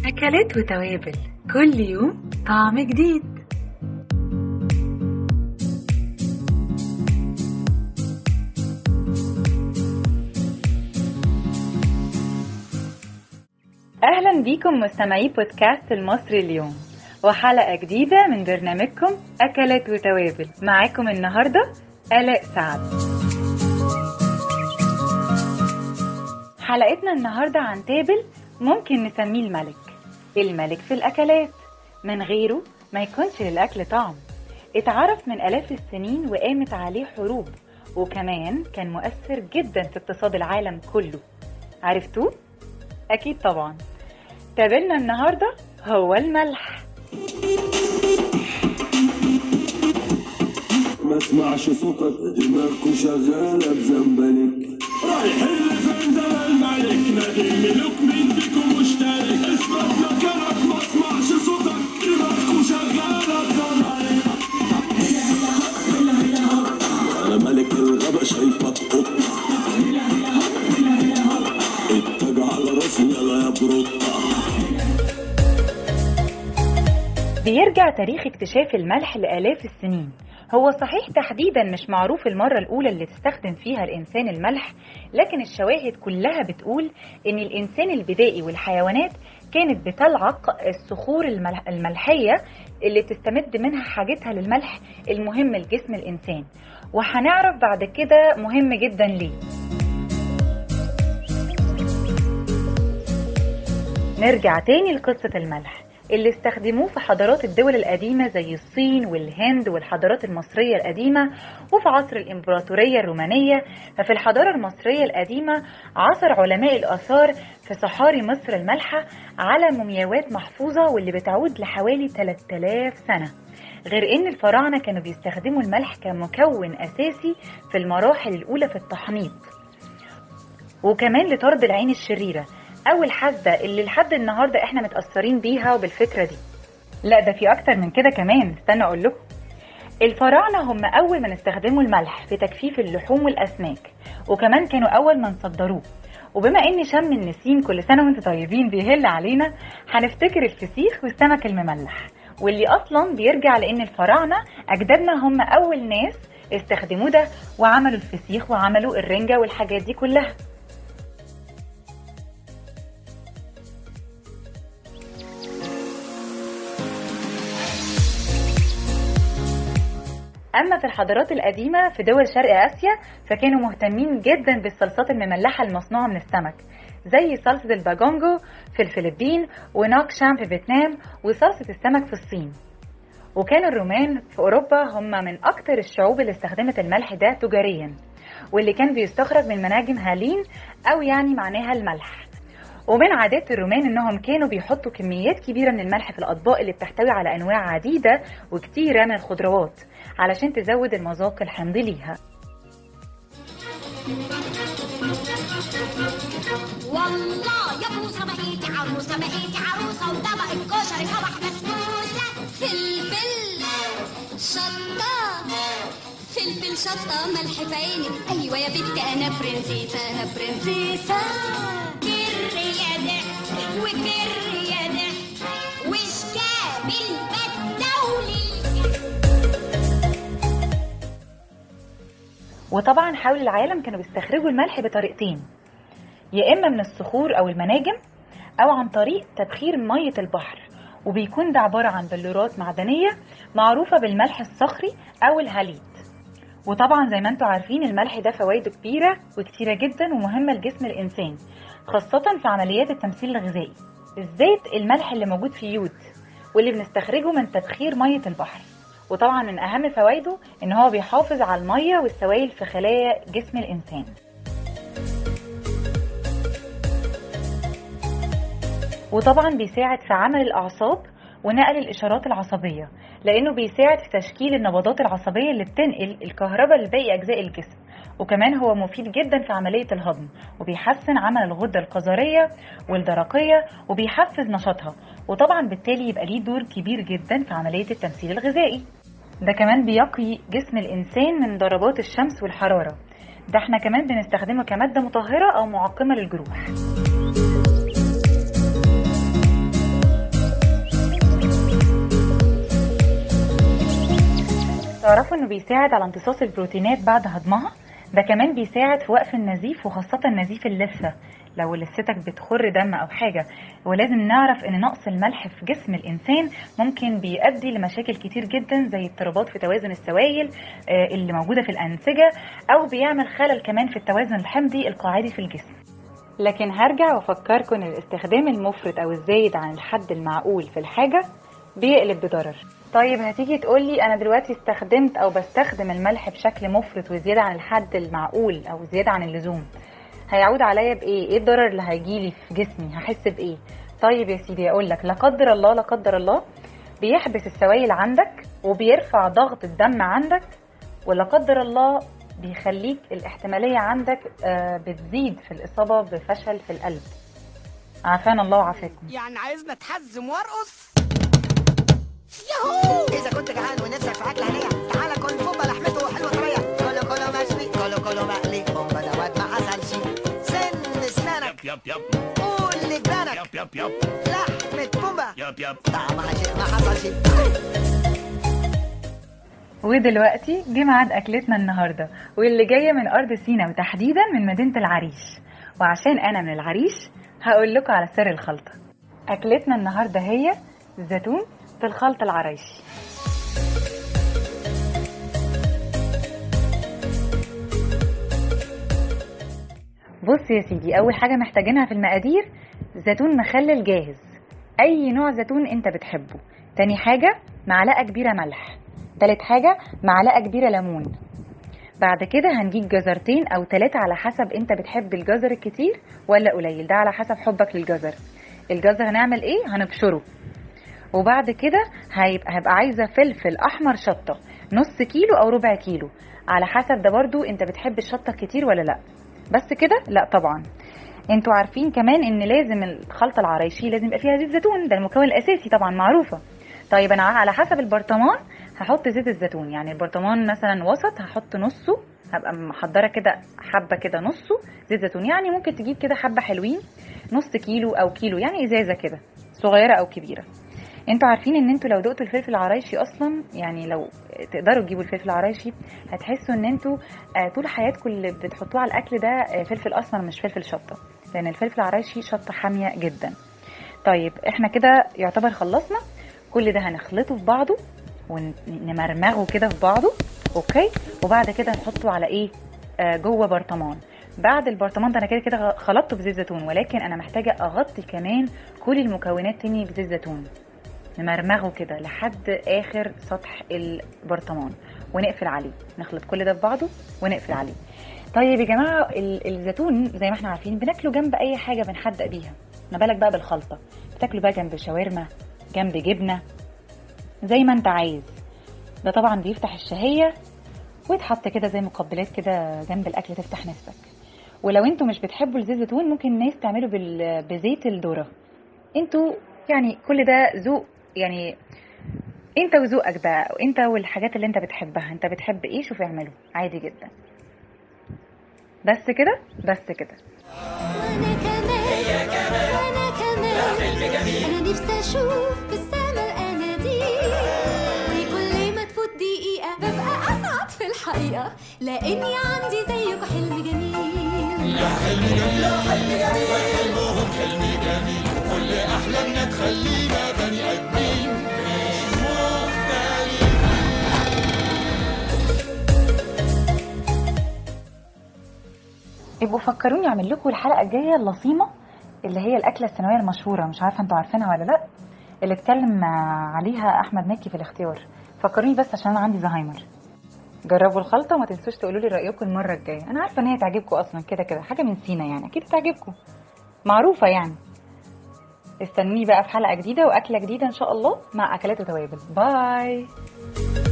أكلات وتوابل، كل يوم طعم جديد. أهلا بيكم مستمعي بودكاست المصري اليوم، وحلقة جديدة من برنامجكم أكلات وتوابل. معاكم النهاردة آلاء سعد. حلقتنا النهاردة عن تابل ممكن نسميه الملك في الأكلات، من غيره ما يكونش للأكل طعم. اتعرف من آلاف السنين وقامت عليه حروب، وكمان كان مؤثر جدا في اقتصاد العالم كله. عرفتوه؟ أكيد طبعا. تابلنا النهاردة هو الملح. ما اسمعش صوتك، دماغكم شغالة بزنبلك. رايحين لفين ده الملك؟ نادي الملوك مين بيكم مشترك؟ اثبت مكانك، ما اسمعش صوتك، دماغكم شغالة بزنبلك. انا ملك الغابة شايفك قطة، التاج على راسي يلا يا بروطة. بيرجع تاريخ اكتشاف الملح لآلاف السنين. هو صحيح تحديدا مش معروف المرة الأولى اللي تستخدم فيها الإنسان الملح، لكن الشواهد كلها بتقول إن الإنسان البدائي والحيوانات كانت بتلعق الصخور الملحية اللي تستمد منها حاجتها للملح المهم لجسم الإنسان، وهنعرف بعد كده مهم جدا ليه. نرجع تاني لقصة الملح اللي استخدموه في حضارات الدول القديمة زي الصين والهند والحضارات المصرية القديمة، وفي عصر الإمبراطورية الرومانية. ففي الحضارة المصرية القديمة عثر علماء الآثار في صحاري مصر الملحة على مومياوات محفوظة واللي بتعود لحوالي 3000 سنة. غير إن الفراعنة كانوا بيستخدموا الملح كمكون أساسي في المراحل الأولى في التحنيط، وكمان لطرد العين الشريرة أو الحاسدة اللي لحد النهاردة احنا متأثرين بيها وبالفكرة دي. لا، ده في أكتر من كده كمان، استنى أقول لكم. الفراعنة هم أول من استخدموا الملح في تجفيف اللحوم والأسماك، وكمان كانوا أول من صدروه. وبما إن شم النسيم كل سنة وانتم طيبين بيهل علينا، هنفتكر الفسيخ والسمك المملح، واللي أصلا بيرجع لأن الفراعنة أجدادنا هم أول ناس استخدموا ده وعملوا الفسيخ وعملوا الرنجة والحاجات دي كلها. أما في الحضارات القديمة في دول شرق آسيا فكانوا مهتمين جدا بالصلصات المملحة المصنوعة من السمك، زي صلصة الباجونجو في الفلبين، ونوك شام في فيتنام، وصلصة السمك في الصين. وكان الرومان في أوروبا هم من أكتر الشعوب اللي استخدمت الملح ده تجاريا، واللي كان بيستخرج من مناجم هالين أو يعني معناها الملح. ومن عادات الرومان انهم كانوا بيحطوا كميات كبيرة من الملح في الاطباق اللي بتحتوي على انواع عديدة وكتيرة من الخضروات علشان تزود المذاق الحمضي ليها. والله يا بوسة بقيتي عروسة وطبق الكشري صبح بسبوسة. فلفل شطة ملح في عينك، ايوه يا بنتي انا برنسيسة. كر يا ضحك وكر يا ضحك وشكاب البدولي. وطبعا حول العالم كانوا بيستخرجوا الملح بطريقتين، يا اما من الصخور او المناجم، او عن طريق تبخير مية البحر، وبيكون ده عبارة عن بلورات معدنية معروفة بالملح الصخري او الهاليت. وطبعا زي ما انتم عارفين الملح ده فوائده كبيرة وكتيرة جدا ومهمة لجسم الإنسان، خاصة في عمليات التمثيل الغذائي، بالذات الملح اللي موجود في يود واللي بنستخرجه من تبخير مية البحر. وطبعا من أهم فوائده إن هو بيحافظ على المية والسوائل في خلايا جسم الإنسان. وطبعا بيساعد في عمل الأعصاب ونقل الإشارات العصبية، لأنه بيساعد في تشكيل النبضات العصبية اللي بتنقل الكهرباء لباقي أجزاء الجسم. وكمان هو مفيد جدا في عملية الهضم، وبيحسن عمل الغدة القذرية والدرقية وبيحفز نشاطها، وطبعا بالتالي يبقى ليه دور كبير جدا في عملية التمثيل الغذائي. ده كمان بيقي جسم الإنسان من ضربات الشمس والحرارة. ده احنا كمان بنستخدمه كمادة مطهرة أو معقمة للجروح. تعرفوا انه بيساعد على امتصاص البروتينات بعد هضمها. ده كمان بيساعد في وقف النزيف، وخاصة نزيف اللثة لو لثتك بتخر دم او حاجة. ولازم نعرف ان نقص الملح في جسم الانسان ممكن بيؤدي لمشاكل كتير جدا، زي اضطرابات في توازن السوائل اللي موجودة في الانسجة، او بيعمل خلل كمان في التوازن الحمضي القاعدي في الجسم. لكن هرجع وافكركم ان الاستخدام المفرط او الزايد عن الحد المعقول في الحاجة بيقلب بضرر. طيب هتيجي تقولي انا دلوقتي استخدمت او بستخدم الملح بشكل مفرط وزيادة عن الحد المعقول او زيادة عن اللزوم، هيعود عليا بايه؟ ايه الضرر اللي هيجيلي في جسمي؟ هحس بايه؟ طيب يا سيدي اقول لك، لا قدر الله لا قدر الله بيحبس السوائل عندك وبيرفع ضغط الدم عندك، ولا قدر الله بيخليك الاحتمالية عندك بتزيد في الإصابة بفشل في القلب. عافانا الله وعافاكم. يعني عايزنا اتحزم وارقص؟ ياهو! إذا كنت جعان ونفسك في أكل هنية، تعالى كل بومبا لحمته حلوة طرية، كله مشوي، كله مقلي، بومبا دوت ما حصلش، سن اسنانك، قول لجيرانك، لحمة بومبا، طعمها شيء ما حصلش. ودلوقتي جه ميعاد أكلتنا النهاردة، واللي جاية من أرض سينا وتحديدا من مدينة العريش. وعشان أنا من العريش هقول لكم على سر الخلطة. أكلتنا النهاردة هي زيتون في الخلطة العرايشي. بص يا سيدي، أول حاجة محتاجينها في المقادير زيتون مخلل جاهز، أي نوع زيتون أنت بتحبه. تاني حاجة معلقة كبيرة ملح. تالت حاجة معلقة كبيرة ليمون. بعد كده هنجيب جزرتين أو 3 على حسب أنت بتحب الجزر الكتير ولا قليل، ده على حسب حبك للجزر. الجزر هنعمل إيه؟ هنبشره. وبعد كده هيبقى عايزة فلفل أحمر شطة نص كيلو أو ربع كيلو، على حسب ده برضو أنت بتحب الشطة كتير ولا لأ. بس كده؟ لأ طبعا. انتوا عارفين كمان ان لازم الخلطة العرايشي لازم يبقى فيها زيت زيتون، ده المكون الأساسي طبعا معروفة. طيب أنا على حسب البرطمان هحط زيت الزيتون، يعني البرطمان مثلا وسط هحط نصه، هبقى محضرة كده حبة كده نصه زيت زيتون، يعني ممكن تجيب كده حبة حلوين نص كيلو أو كيلو، يعني إزازة كده صغيرة أو كبيرة. انتوا عارفين ان انتوا لو دقتوا الفلفل العرايشي اصلا، يعني لو تقدروا تجيبوا الفلفل العرايشي هتحسوا ان انتوا طول حياتكم اللي بتحطوه على الاكل ده فلفل اسمر مش فلفل شطه، لان الفلفل العرايشي شطه حاميه جدا. طيب احنا كده يعتبر خلصنا كل ده، هنخلطه في بعضه ونمرمغه كده في بعضه، اوكي. وبعد كده نحطه على ايه؟ جوه برطمان. بعد البرطمان ده انا كده كده خلطته بزيت زيتون، ولكن انا محتاجه اغطي كمان كل المكونات تاني بزيت زيتون، نمرمغه كده لحد اخر سطح البرطمان ونقفل عليه، نخلط كل ده في بعضه ونقفل عليه. طيب يا جماعه، الزيتون زي ما احنا عارفين بناكله جنب اي حاجه بنحدق بيها، ما بالك بقى بالخلطه؟ بتاكله بقى جنب شاورما، جنب جبنه، زي ما انت عايز. ده طبعا بيفتح الشهيه، ويتحط كده زي مقبلات كده جنب الاكل تفتح نفسك. ولو انتوا مش بتحبوا الزيت زيتون ممكن الناس تعمله بزيت الذره. انتوا يعني كل ده ذوق، يعني انت وذوقك بقى، وانت والحاجات اللي انت بتحبها، انت بتحب ايه شوف اعمله عادي جدا. بس كده بس كده. وانا كمان انا نفسي اشوف بالسما الاناديل، وكل ما تفوت دقيقه ببقى اسعد في الحقيقه، لاني عندي زيك حلم جميل. يا حلم جميل يا حلم جميل، وحلمهم حلم جميل، كل احلامنا تخلينا بني ادمين مش مختلفين. يبقوا فكروني اعمل لكم الحلقه الجايه اللصيمه، اللي هي الاكله السنويه المشهوره، مش عارفه انتوا عارفينها ولا لا، اللي اتكلم عليها احمد مكي في الاختيار. فكروني بس عشان انا عندي زهايمر. جربوا الخلطه وما تنسوش تقولوا لي رايكم المره الجايه. انا عارفه ان هي تعجبكم اصلا، كده كده حاجه من سينا يعني اكيد تعجبكم، معروفه يعني. استنوني بقى في حلقه جديده واكله جديده ان شاء الله مع اكلات وتوابل. باي.